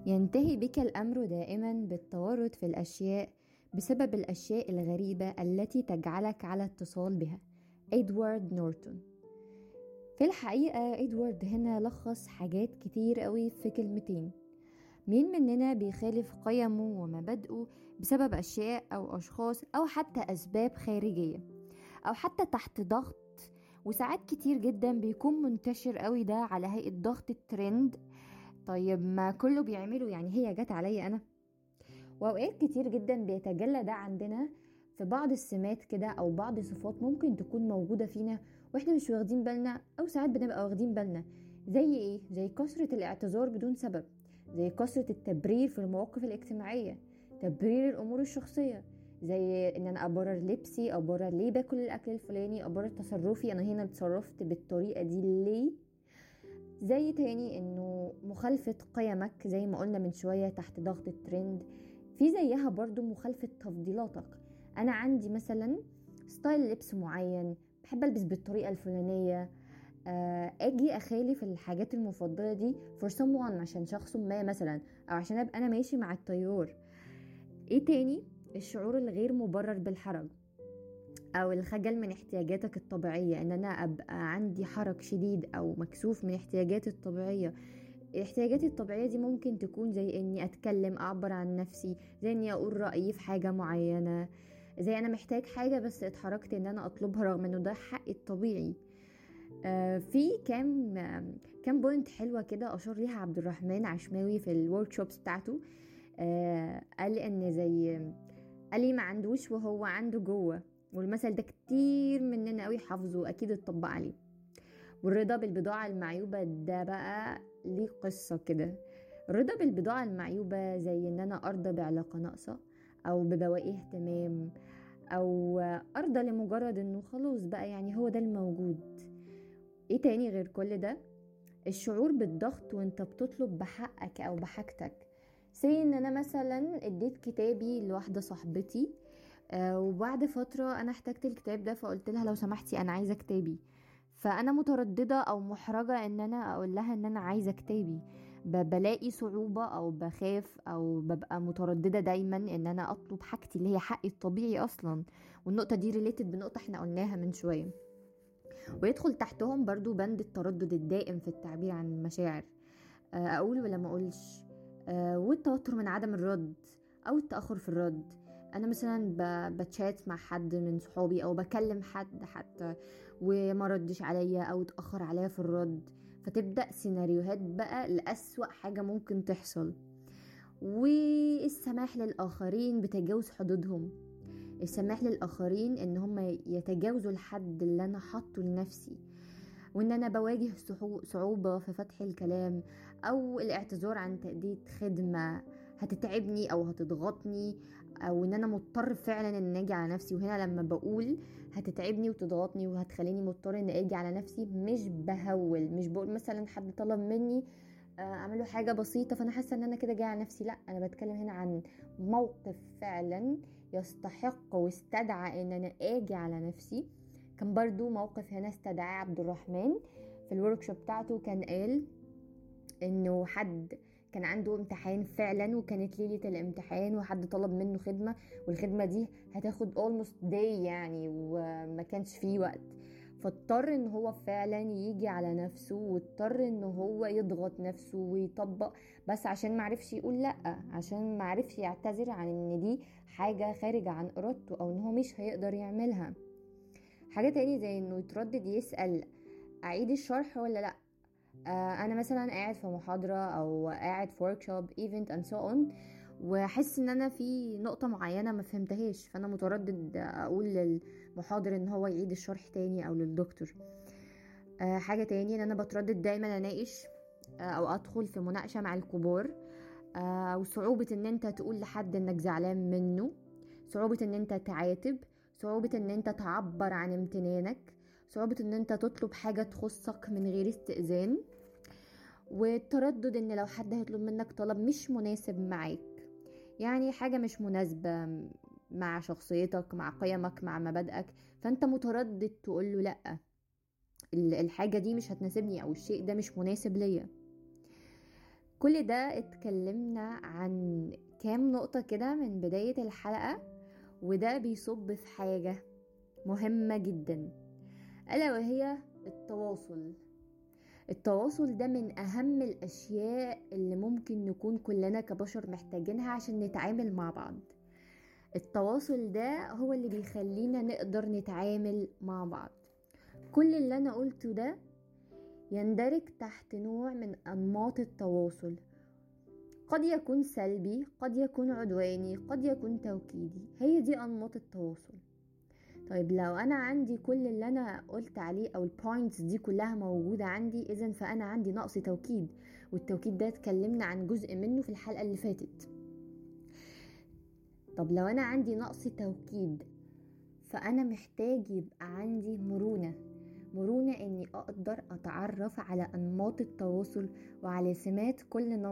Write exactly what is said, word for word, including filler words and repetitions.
ينتهي بك الأمر دائما بالتورط في الأشياء بسبب الأشياء الغريبة التي تجعلك على اتصال بها. إدوارد نورتون. في الحقيقة إدوارد هنا لخص حاجات كتير قوي في كلمتين. مين مننا بيخالف قيمه ومبادئه بسبب أشياء أو أشخاص أو حتى أسباب خارجية أو حتى تحت ضغط، وساعات كتير جدا بيكون منتشر قوي ده على هيئة ضغط الترند. طيب ما كله بيعمله، يعني هي جت عليا أنا؟ وأوقات كتير جدا بيتجلى ده عندنا في بعض السمات كده أو بعض صفات ممكن تكون موجودة فينا وإحنا مش واخدين بالنا، أو ساعات بنبقى واخدين بالنا. زي إيه؟ زي كثرة الاعتذار بدون سبب، زي كثرة التبرير في المواقف الاجتماعية، تبرير الأمور الشخصية، زي إن أنا أبرر لبسي، أبرر ليه باكل الأكل الفلاني، أبرر تصرفي أنا هنا اتصرفت بالطريقة دي ليه. زي تاني إنه مخالفة قيمك زي ما قلنا من شوية تحت ضغط الترند. في زيها برضو مخالفة تفضيلاتك. أنا عندي مثلا ستايل لبس معين، بحب ألبس بالطريقة الفلانية، آه، أجي أخالف الحاجات المفضلة دي for someone عشان شخص ما مثلا، أو عشان أبقى أنا ماشي مع التيار. إيه تاني؟ الشعور الغير مبرر بالحرج او الخجل من احتياجاتك الطبيعية، ان انا ابقى عندي حرج شديد او مكسوف من احتياجاتي الطبيعية. احتياجاتي الطبيعية دي ممكن تكون زي اني اتكلم، اعبر عن نفسي، زي اني اقول رأيي في حاجة معينة، زي انا محتاج حاجة بس اتحركت ان انا اطلبها رغم انه ده حقي الطبيعي. آه في كام آه كام بوينت حلوة كده اشار ليها عبد الرحمن عشماوي في الوركشوبس بتاعته. آه قال ان زي قال لي ما عندوش وهو عنده جوه، والمثل ده كتير مننا قوي حافظه، اكيد اتطبق عليه. والرضا بالبضاعة المعيوبة ده بقى ليه قصة كده. الرضا بالبضاعة المعيوبة زي ان انا ارضى بعلاقة ناقصة او ببواقي اهتمام، او ارضى لمجرد انه خلاص بقى يعني هو ده الموجود. ايه تاني غير كل ده؟ الشعور بالضغط وانت بتطلب بحقك او بحاجتك. سي ان انا مثلا اديت كتابي لواحدة صاحبتي، آه وبعد فترة انا احتجت الكتاب ده فقلت لها لو سمحتي انا عايزة كتابي. فانا مترددة او محرجة ان انا اقول لها ان انا عايزة كتابي، ب- بلاقي صعوبة او بخاف او ببقى مترددة دايما ان انا اطلب حاجتي اللي هي حقي الطبيعي اصلا. والنقطة دي ريليتد بنقطة احنا قلناها من شوية. ويدخل تحتهم برضو بند التردد الدائم في التعبير عن المشاعر، آه، اقول ولا ما اقولش، آه، والتوتر من عدم الرد او التاخر في الرد. انا مثلا ب- بتشات مع حد من صحابي او بكلم حد حتى وما ردش عليا او اتاخر عليا في الرد، فتبدا سيناريوهات بقى لأسوأ حاجه ممكن تحصل. والسماح للاخرين بتجاوز حدودهم، السماح للاخرين ان هم يتجاوزوا الحد اللي انا حاطه لنفسي، وان انا بواجه صحو- صعوبة في فتح الكلام، او الاعتذار عن تأدية خدمة هتتعبني او هتضغطني، او ان انا مضطر فعلا ان اجي على نفسي. وهنا لما بقول هتتعبني وتضغطني وهتخليني مضطر ان اجي على نفسي، مش بهول، مش بقول مثلا حد طلب مني آه، اعمله حاجة بسيطة فانا حاسة ان انا كده جاي على نفسي. لا، انا بتكلم هنا عن موقف فعلا يستحق واستدعى ان انا اجي على نفسي. كان برضو موقف هنا استدعاه عبد الرحمن في الوركشوب بتاعته. كان قال انه حد كان عنده امتحان فعلا وكانت ليلة الامتحان وحد طلب منه خدمة، والخدمة دي هتاخد almost day يعني، وما كانش فيه وقت. فاضطر ان هو فعلا يجي على نفسه، واضطر ان هو يضغط نفسه ويطبق، بس عشان معرفش يقول لأ، عشان معرفش يعتذر عن ان دي حاجة خارجة عن ارادته او ان هو مش هيقدر يعملها. حاجة تاني زي انه يتردد يسأل اعيد الشرح ولا لا. آه انا مثلا قاعد في محاضرة او قاعد في workshop event and so on، واحس ان انا في نقطة معينة ما فهمتهاش، فانا متردد اقول للمحاضر ان هو يعيد الشرح تاني او للدكتور. آه حاجة تاني ان انا بتردد دايما اناقش آه او ادخل في مناقشة مع الكبار، آه وصعوبة ان انت تقول لحد انك زعلان منه، صعوبة ان انت تعاتب، صعوبة ان انت تعبر عن امتنانك، صعوبة ان انت تطلب حاجة تخصك من غير استئذان، والتردد ان لو حد هيطلب منك طلب مش مناسب معاك، يعني حاجة مش مناسبة مع شخصيتك، مع قيمك، مع مبادئك، فانت متردد تقوله لأ، ال- الحاجة دي مش هتناسبني او الشيء ده مش مناسب ليا. كل ده اتكلمنا عن كام نقطة كده من بداية الحلقة، وده بيصب في حاجة مهمة جدا، ألا وهي التواصل. التواصل ده من أهم الأشياء اللي ممكن نكون كلنا كبشر محتاجينها عشان نتعامل مع بعض. التواصل ده هو اللي بيخلينا نقدر نتعامل مع بعض. كل اللي أنا قلته ده يندرج تحت نوع من أنماط التواصل، قد يكون سلبي، قد يكون عدواني، قد يكون توكيدي. هي دي أنماط التواصل. طيب لو أنا عندي كل اللي أنا قلت عليه أو البوينتس دي كلها موجودة عندي، إذن فأنا عندي نقص توكيد، والتوكيد ده اتكلمنا عن جزء منه في الحلقة اللي فاتت. طب لو أنا عندي نقص توكيد، فأنا محتاج يبقى عندي مرونة مرونة إني أقدر أتعرف على أنماط التواصل وعلى سمات كل نمط